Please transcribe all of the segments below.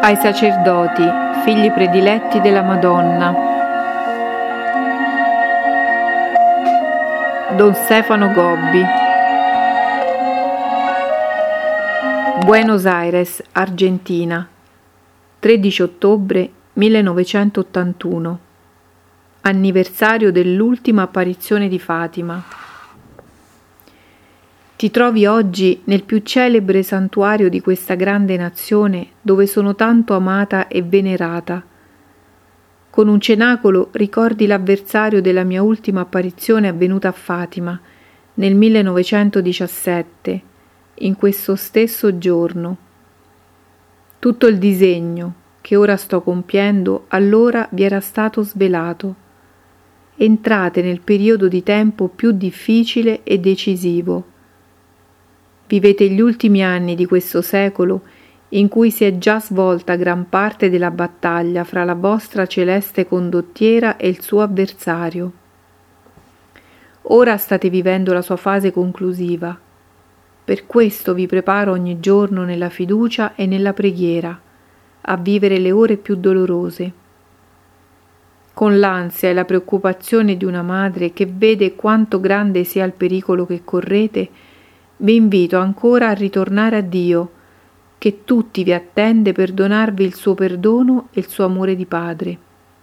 ai sacerdoti, figli prediletti della Madonna. Don Stefano Gobbi. Buenos Aires, Argentina, 13 ottobre 1981, anniversario dell'ultima apparizione di Fatima. Ti trovi oggi nel più celebre santuario di questa grande nazione dove sono tanto amata e venerata. Con un cenacolo ricordi l'avversario della mia ultima apparizione avvenuta a Fatima nel 1917, in questo stesso giorno. Tutto il disegno che ora sto compiendo allora vi era stato svelato. Entrate nel periodo di tempo più difficile e decisivo. Vivete gli ultimi anni di questo secolo in cui si è già svolta gran parte della battaglia fra la vostra celeste condottiera e il suo avversario. Ora state vivendo la sua fase conclusiva. Per questo vi preparo ogni giorno nella fiducia e nella preghiera a vivere le ore più dolorose. Con l'ansia e la preoccupazione di una madre che vede quanto grande sia il pericolo che correte, vi invito ancora a ritornare a Dio, che tutti vi attende per donarvi il suo perdono e il suo amore di Padre.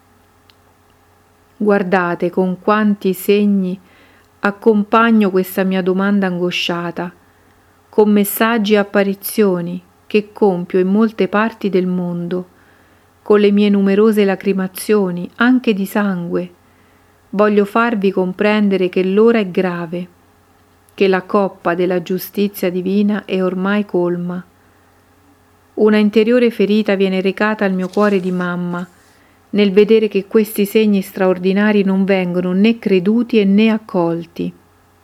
Guardate con quanti segni accompagno questa mia domanda angosciata, con messaggi e apparizioni che compio in molte parti del mondo, con le mie numerose lacrimazioni, anche di sangue. Voglio farvi comprendere che l'ora è grave, che la coppa della giustizia divina è ormai colma. Una interiore ferita viene recata al mio cuore di mamma, nel vedere che questi segni straordinari non vengono né creduti né accolti.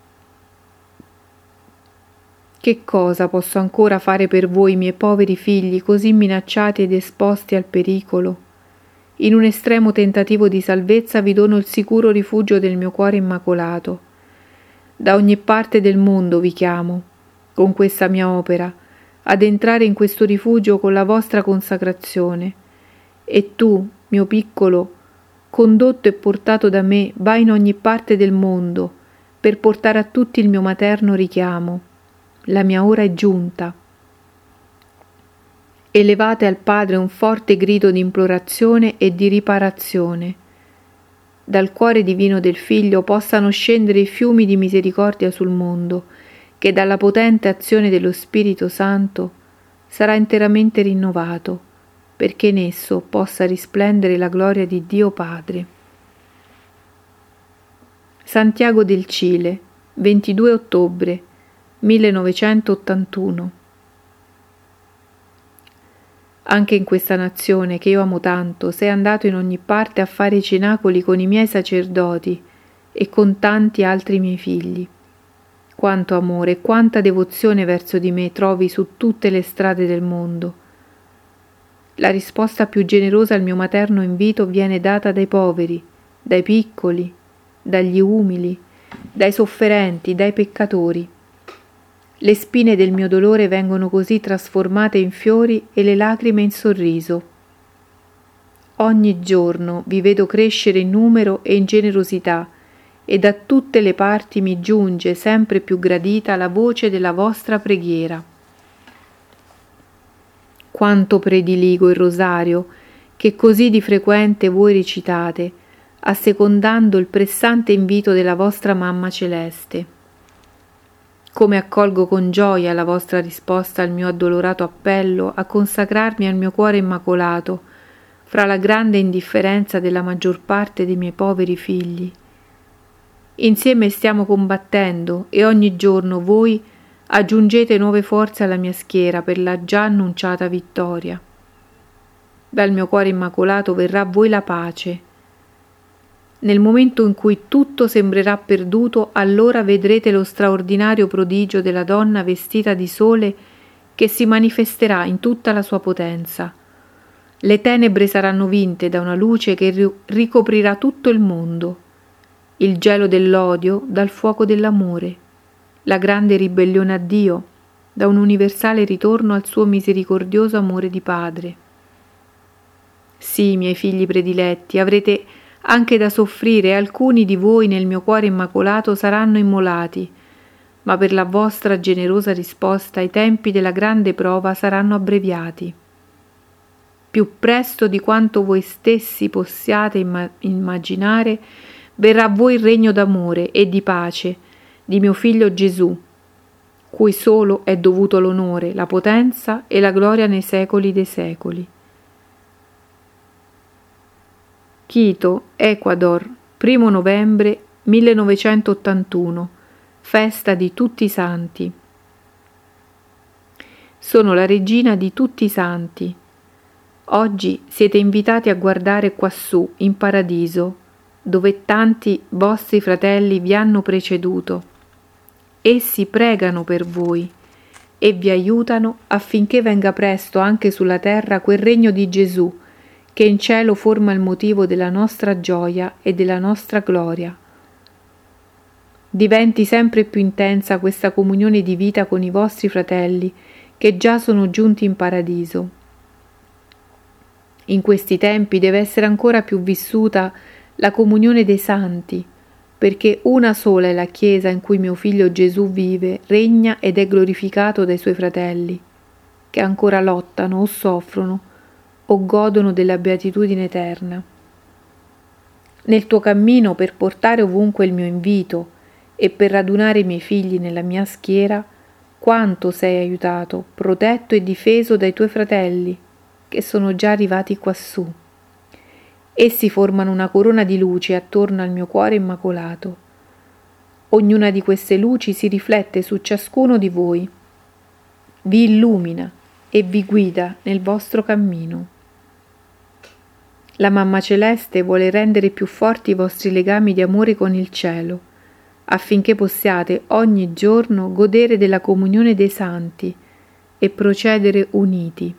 Che cosa posso ancora fare per voi, miei poveri figli, così minacciati ed esposti al pericolo? In un estremo tentativo di salvezza vi dono il sicuro rifugio del mio cuore immacolato. Da ogni parte del mondo vi chiamo, con questa mia opera, ad entrare in questo rifugio con la vostra consacrazione. E tu, mio piccolo, condotto e portato da me, vai in ogni parte del mondo per portare a tutti il mio materno richiamo. La mia ora è giunta. Elevate al Padre un forte grido di implorazione e di riparazione. Dal cuore divino del Figlio possano scendere i fiumi di misericordia sul mondo, che dalla potente azione dello Spirito Santo sarà interamente rinnovato, perché in esso possa risplendere la gloria di Dio Padre. Santiago del Cile, 22 ottobre 1981. Anche in questa nazione che io amo tanto sei andato in ogni parte a fare i cenacoli con i miei sacerdoti e con tanti altri miei figli. Quanto amore e quanta devozione verso di me trovi su tutte le strade del mondo. La risposta più generosa al mio materno invito viene data dai poveri, dai piccoli, dagli umili, dai sofferenti, dai peccatori. Le spine del mio dolore vengono così trasformate in fiori e le lacrime in sorriso. Ogni giorno vi vedo crescere in numero e in generosità e da tutte le parti mi giunge sempre più gradita la voce della vostra preghiera. Quanto prediligo il rosario che così di frequente voi recitate, assecondando il pressante invito della vostra Mamma Celeste. Come accolgo con gioia la vostra risposta al mio addolorato appello a consacrarmi al mio cuore immacolato, fra la grande indifferenza della maggior parte dei miei poveri figli. Insieme stiamo combattendo e ogni giorno voi aggiungete nuove forze alla mia schiera per la già annunciata vittoria. Dal mio cuore immacolato verrà a voi la pace. Nel momento in cui tutto sembrerà perduto, allora vedrete lo straordinario prodigio della donna vestita di sole che si manifesterà in tutta la sua potenza. Le tenebre saranno vinte da una luce che ricoprirà tutto il mondo, il gelo dell'odio dal fuoco dell'amore, la grande ribellione a Dio da un universale ritorno al suo misericordioso amore di Padre. Sì, miei figli prediletti, avrete anche da soffrire e alcuni di voi nel mio cuore immacolato saranno immolati, ma per la vostra generosa risposta i tempi della grande prova saranno abbreviati. Più presto di quanto voi stessi possiate immaginare, verrà a voi il regno d'amore e di pace di mio figlio Gesù, cui solo è dovuto l'onore, la potenza e la gloria nei secoli dei secoli. Quito, Ecuador, 1 novembre 1981, festa di tutti i santi. Sono la regina di tutti i santi. Oggi siete invitati a guardare quassù, in paradiso, dove tanti vostri fratelli vi hanno preceduto. Essi pregano per voi e vi aiutano affinché venga presto anche sulla terra quel regno di Gesù, che in cielo forma il motivo della nostra gioia e della nostra gloria. Diventi sempre più intensa questa comunione di vita con i vostri fratelli che già sono giunti in paradiso. In questi tempi deve essere ancora più vissuta la comunione dei santi, perché una sola è la Chiesa in cui mio figlio Gesù vive, regna ed è glorificato dai suoi fratelli, che ancora lottano o soffrono o godono della beatitudine eterna. Nel tuo cammino per portare ovunque il mio invito e per radunare i miei figli nella mia schiera, quanto sei aiutato, protetto e difeso dai tuoi fratelli, che sono già arrivati quassù. Essi formano una corona di luce attorno al mio cuore immacolato. Ognuna di queste luci si riflette su ciascuno di voi, vi illumina e vi guida nel vostro cammino. La Mamma Celeste vuole rendere più forti i vostri legami di amore con il cielo, affinché possiate ogni giorno godere della comunione dei santi e procedere uniti.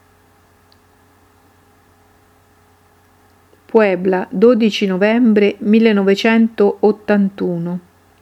Puebla, 12 novembre 1981.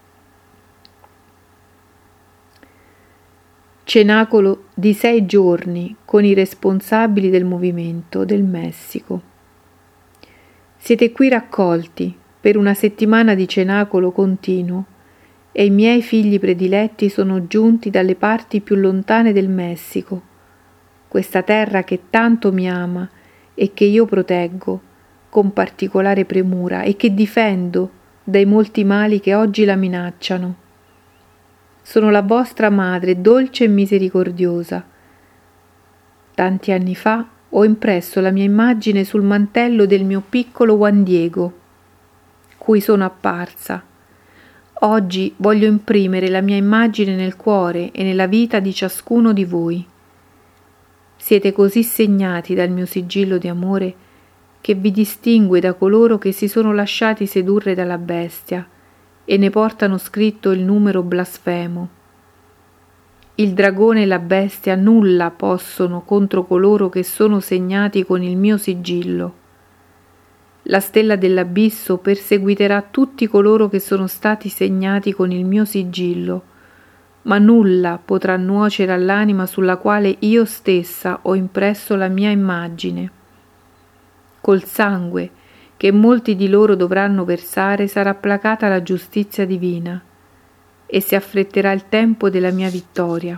Cenacolo di 6 giorni con i responsabili del movimento del Messico. Siete qui raccolti per una settimana di cenacolo continuo e i miei figli prediletti sono giunti dalle parti più lontane del Messico, questa terra che tanto mi ama e che io proteggo con particolare premura e che difendo dai molti mali che oggi la minacciano. Sono la vostra madre dolce e misericordiosa. Tanti anni fa ho impresso la mia immagine sul mantello del mio piccolo Juan Diego, cui sono apparsa. Oggi voglio imprimere la mia immagine nel cuore e nella vita di ciascuno di voi. Siete così segnati dal mio sigillo di amore che vi distingue da coloro che si sono lasciati sedurre dalla bestia e ne portano scritto il numero blasfemo. Il dragone e la bestia nulla possono contro coloro che sono segnati con il mio sigillo. La stella dell'abisso perseguiterà tutti coloro che sono stati segnati con il mio sigillo, ma nulla potrà nuocere all'anima sulla quale io stessa ho impresso la mia immagine. Col sangue che molti di loro dovranno versare sarà placata la giustizia divina e si affretterà il tempo della mia vittoria.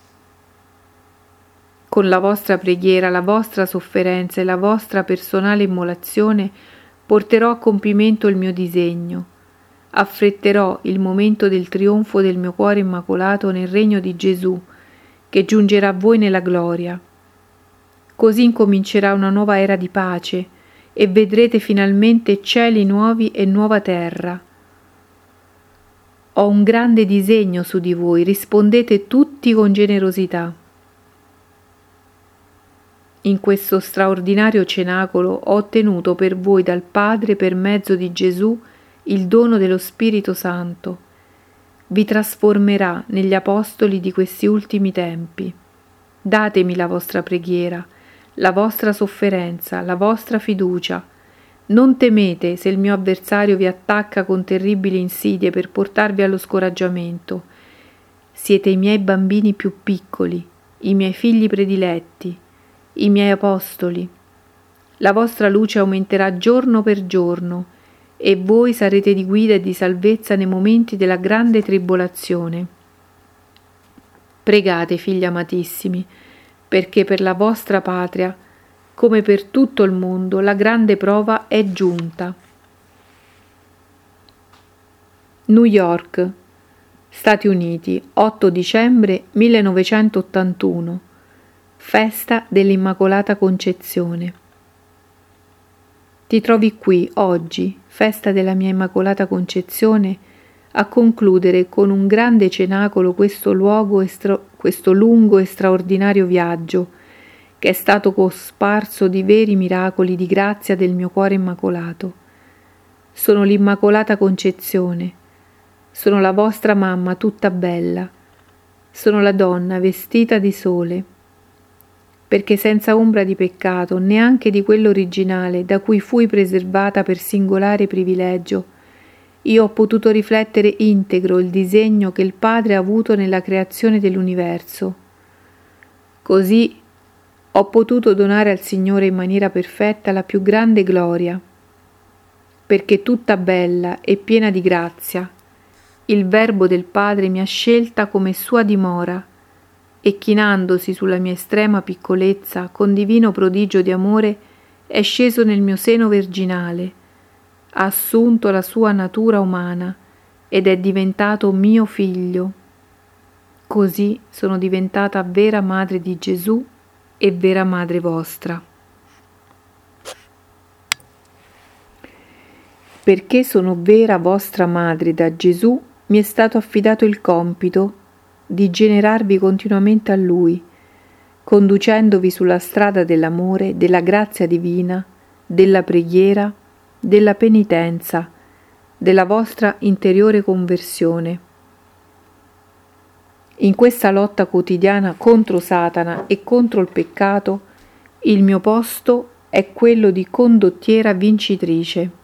Con la vostra preghiera, la vostra sofferenza e la vostra personale immolazione porterò a compimento il mio disegno. Affretterò il momento del trionfo del mio cuore immacolato nel regno di Gesù, che giungerà a voi nella gloria. Così incomincerà una nuova era di pace e vedrete finalmente cieli nuovi e nuova terra. Ho un grande disegno su di voi, rispondete tutti con generosità. In questo straordinario cenacolo ho ottenuto per voi dal Padre per mezzo di Gesù il dono dello Spirito Santo. Vi trasformerà negli apostoli di questi ultimi tempi. Datemi la vostra preghiera, la vostra sofferenza, la vostra fiducia. Non temete se il mio avversario vi attacca con terribili insidie per portarvi allo scoraggiamento. Siete i miei bambini più piccoli, i miei figli prediletti, i miei apostoli. La vostra luce aumenterà giorno per giorno e voi sarete di guida e di salvezza nei momenti della grande tribolazione. Pregate, figli amatissimi, perché per la vostra patria, come per tutto il mondo, la grande prova è giunta. New York, Stati Uniti, 8 dicembre 1981, festa dell'Immacolata Concezione. Ti trovi qui oggi, festa della mia Immacolata Concezione, a concludere con un grande cenacolo questo lungo e straordinario viaggio, che è stato cosparso di veri miracoli di grazia del mio cuore immacolato. Sono l'Immacolata Concezione, sono la vostra mamma tutta bella, sono la donna vestita di sole, perché senza ombra di peccato, neanche di quello originale da cui fui preservata per singolare privilegio, io ho potuto riflettere integro il disegno che il Padre ha avuto nella creazione dell'universo. Così ho potuto donare al Signore in maniera perfetta la più grande gloria, perché tutta bella e piena di grazia, il Verbo del Padre mi ha scelta come sua dimora e chinandosi sulla mia estrema piccolezza con divino prodigio di amore è sceso nel mio seno virginale, ha assunto la sua natura umana ed è diventato mio figlio. Così sono diventata vera madre di Gesù e vera madre vostra. Perché sono vera vostra madre da Gesù, mi è stato affidato il compito di generarvi continuamente a Lui, conducendovi sulla strada dell'amore, della grazia divina, della preghiera, della penitenza, della vostra interiore conversione. In questa lotta quotidiana contro Satana e contro il peccato, il mio posto è quello di condottiera vincitrice.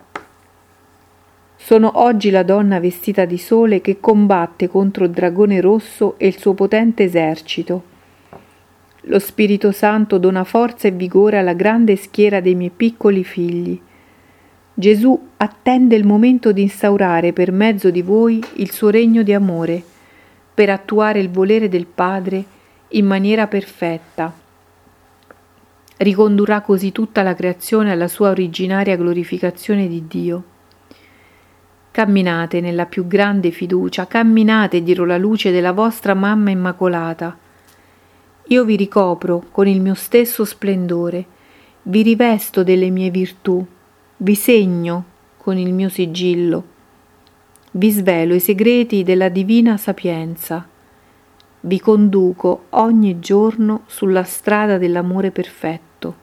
Sono oggi la donna vestita di sole che combatte contro il dragone rosso e il suo potente esercito. Lo Spirito Santo dona forza e vigore alla grande schiera dei miei piccoli figli. Gesù attende il momento di instaurare per mezzo di voi il suo regno di amore, per attuare il volere del Padre in maniera perfetta. Ricondurrà così tutta la creazione alla sua originaria glorificazione di Dio. Camminate nella più grande fiducia, camminate dietro la luce della vostra mamma immacolata. Io vi ricopro con il mio stesso splendore, vi rivesto delle mie virtù, vi segno con il mio sigillo, vi svelo i segreti della divina sapienza, vi conduco ogni giorno sulla strada dell'amore perfetto.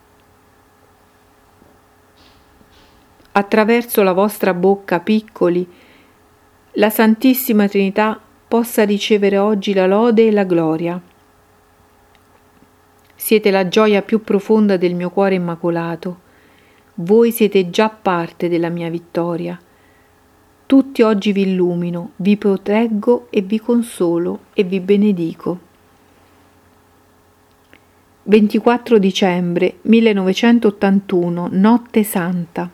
Attraverso la vostra bocca, piccoli, la Santissima Trinità possa ricevere oggi la lode e la gloria. Siete la gioia più profonda del mio cuore immacolato. Voi siete già parte della mia vittoria. Tutti oggi vi illumino, vi proteggo e vi consolo e vi benedico. 24 dicembre 1981, Notte Santa.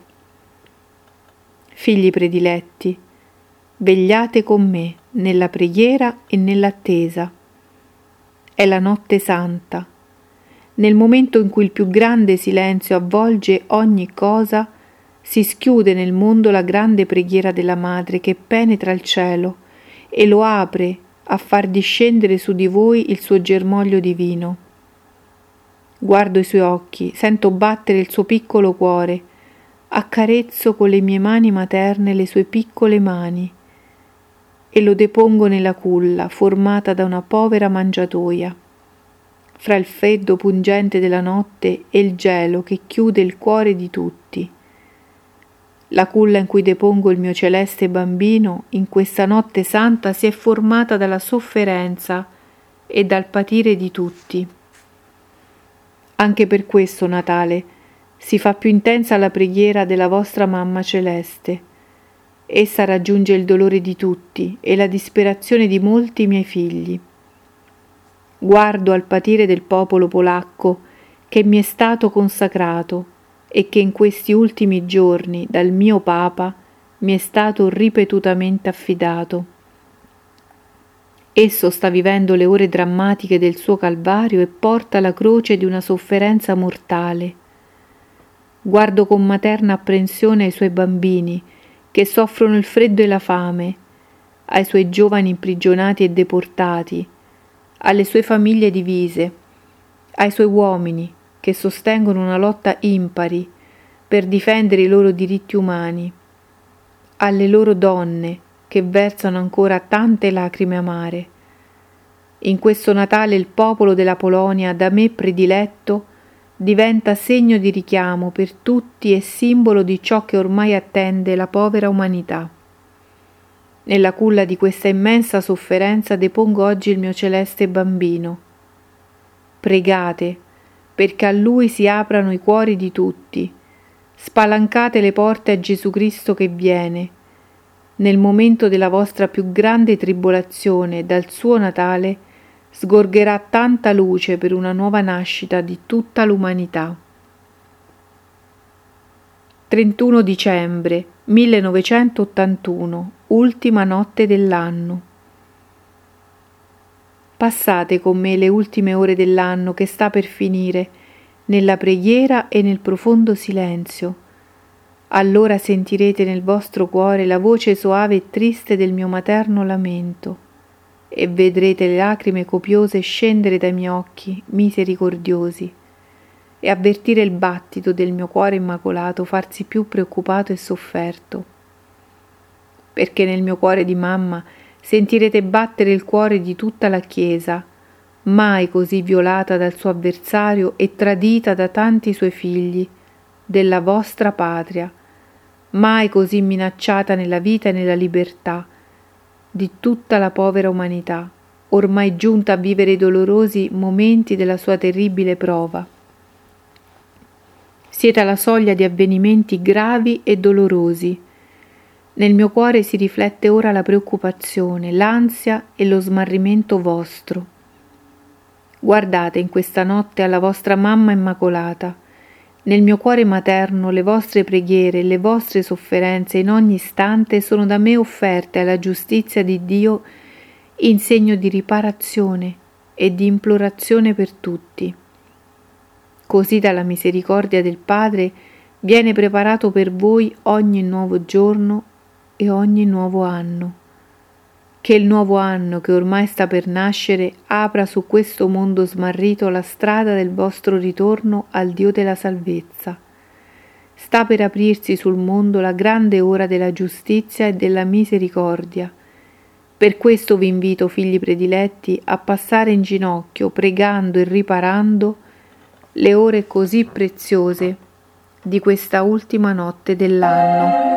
Figli prediletti, vegliate con me nella preghiera e nell'attesa. È la notte santa. Nel momento in cui il più grande silenzio avvolge ogni cosa, si schiude nel mondo la grande preghiera della Madre che penetra il cielo e lo apre a far discendere su di voi il suo germoglio divino. Guardo i suoi occhi, sento battere il suo piccolo cuore, accarezzo con le mie mani materne le sue piccole mani e lo depongo nella culla formata da una povera mangiatoia, fra il freddo pungente della notte e il gelo che chiude il cuore di tutti. La culla in cui depongo il mio celeste bambino in questa notte santa si è formata dalla sofferenza e dal patire di tutti. Anche per questo Natale si fa più intensa la preghiera della vostra Mamma Celeste. Essa raggiunge il dolore di tutti e la disperazione di molti miei figli. Guardo al patire del popolo polacco che mi è stato consacrato e che in questi ultimi giorni dal mio Papa mi è stato ripetutamente affidato. Esso sta vivendo le ore drammatiche del suo calvario e porta la croce di una sofferenza mortale. Guardo con materna apprensione ai suoi bambini che soffrono il freddo e la fame, ai suoi giovani imprigionati e deportati, alle sue famiglie divise, ai suoi uomini che sostengono una lotta impari per difendere i loro diritti umani, alle loro donne che versano ancora tante lacrime amare. In questo Natale il popolo della Polonia, da me prediletto, diventa segno di richiamo per tutti e simbolo di ciò che ormai attende la povera umanità. Nella culla di questa immensa sofferenza depongo oggi il mio celeste bambino. Pregate perché a Lui si aprano i cuori di tutti, spalancate le porte a Gesù Cristo che viene. Nel momento della vostra più grande tribolazione, dal suo Natale, sgorgerà tanta luce per una nuova nascita di tutta l'umanità. 31 dicembre 1981, ultima notte dell'anno. Passate con me le ultime ore dell'anno che sta per finire, nella preghiera e nel profondo silenzio. Allora sentirete nel vostro cuore la voce soave e triste del mio materno lamento e vedrete le lacrime copiose scendere dai miei occhi misericordiosi e avvertire il battito del mio cuore immacolato farsi più preoccupato e sofferto. Perché nel mio cuore di mamma sentirete battere il cuore di tutta la Chiesa, mai così violata dal suo avversario e tradita da tanti suoi figli, della vostra patria, mai così minacciata nella vita e nella libertà di tutta la povera umanità, ormai giunta a vivere i dolorosi momenti della sua terribile prova. Siete alla soglia di avvenimenti gravi e dolorosi. Nel mio cuore si riflette ora la preoccupazione, l'ansia e lo smarrimento vostro. Guardate in questa notte alla vostra mamma immacolata. Nel mio cuore materno le vostre preghiere e le vostre sofferenze in ogni istante sono da me offerte alla giustizia di Dio in segno di riparazione e di implorazione per tutti. Così dalla misericordia del Padre viene preparato per voi ogni nuovo giorno e ogni nuovo anno. Che il nuovo anno che ormai sta per nascere apra su questo mondo smarrito la strada del vostro ritorno al Dio della salvezza. Sta per aprirsi sul mondo la grande ora della giustizia e della misericordia. Per questo vi invito, figli prediletti, a passare in ginocchio, pregando e riparando le ore così preziose di questa ultima notte dell'anno.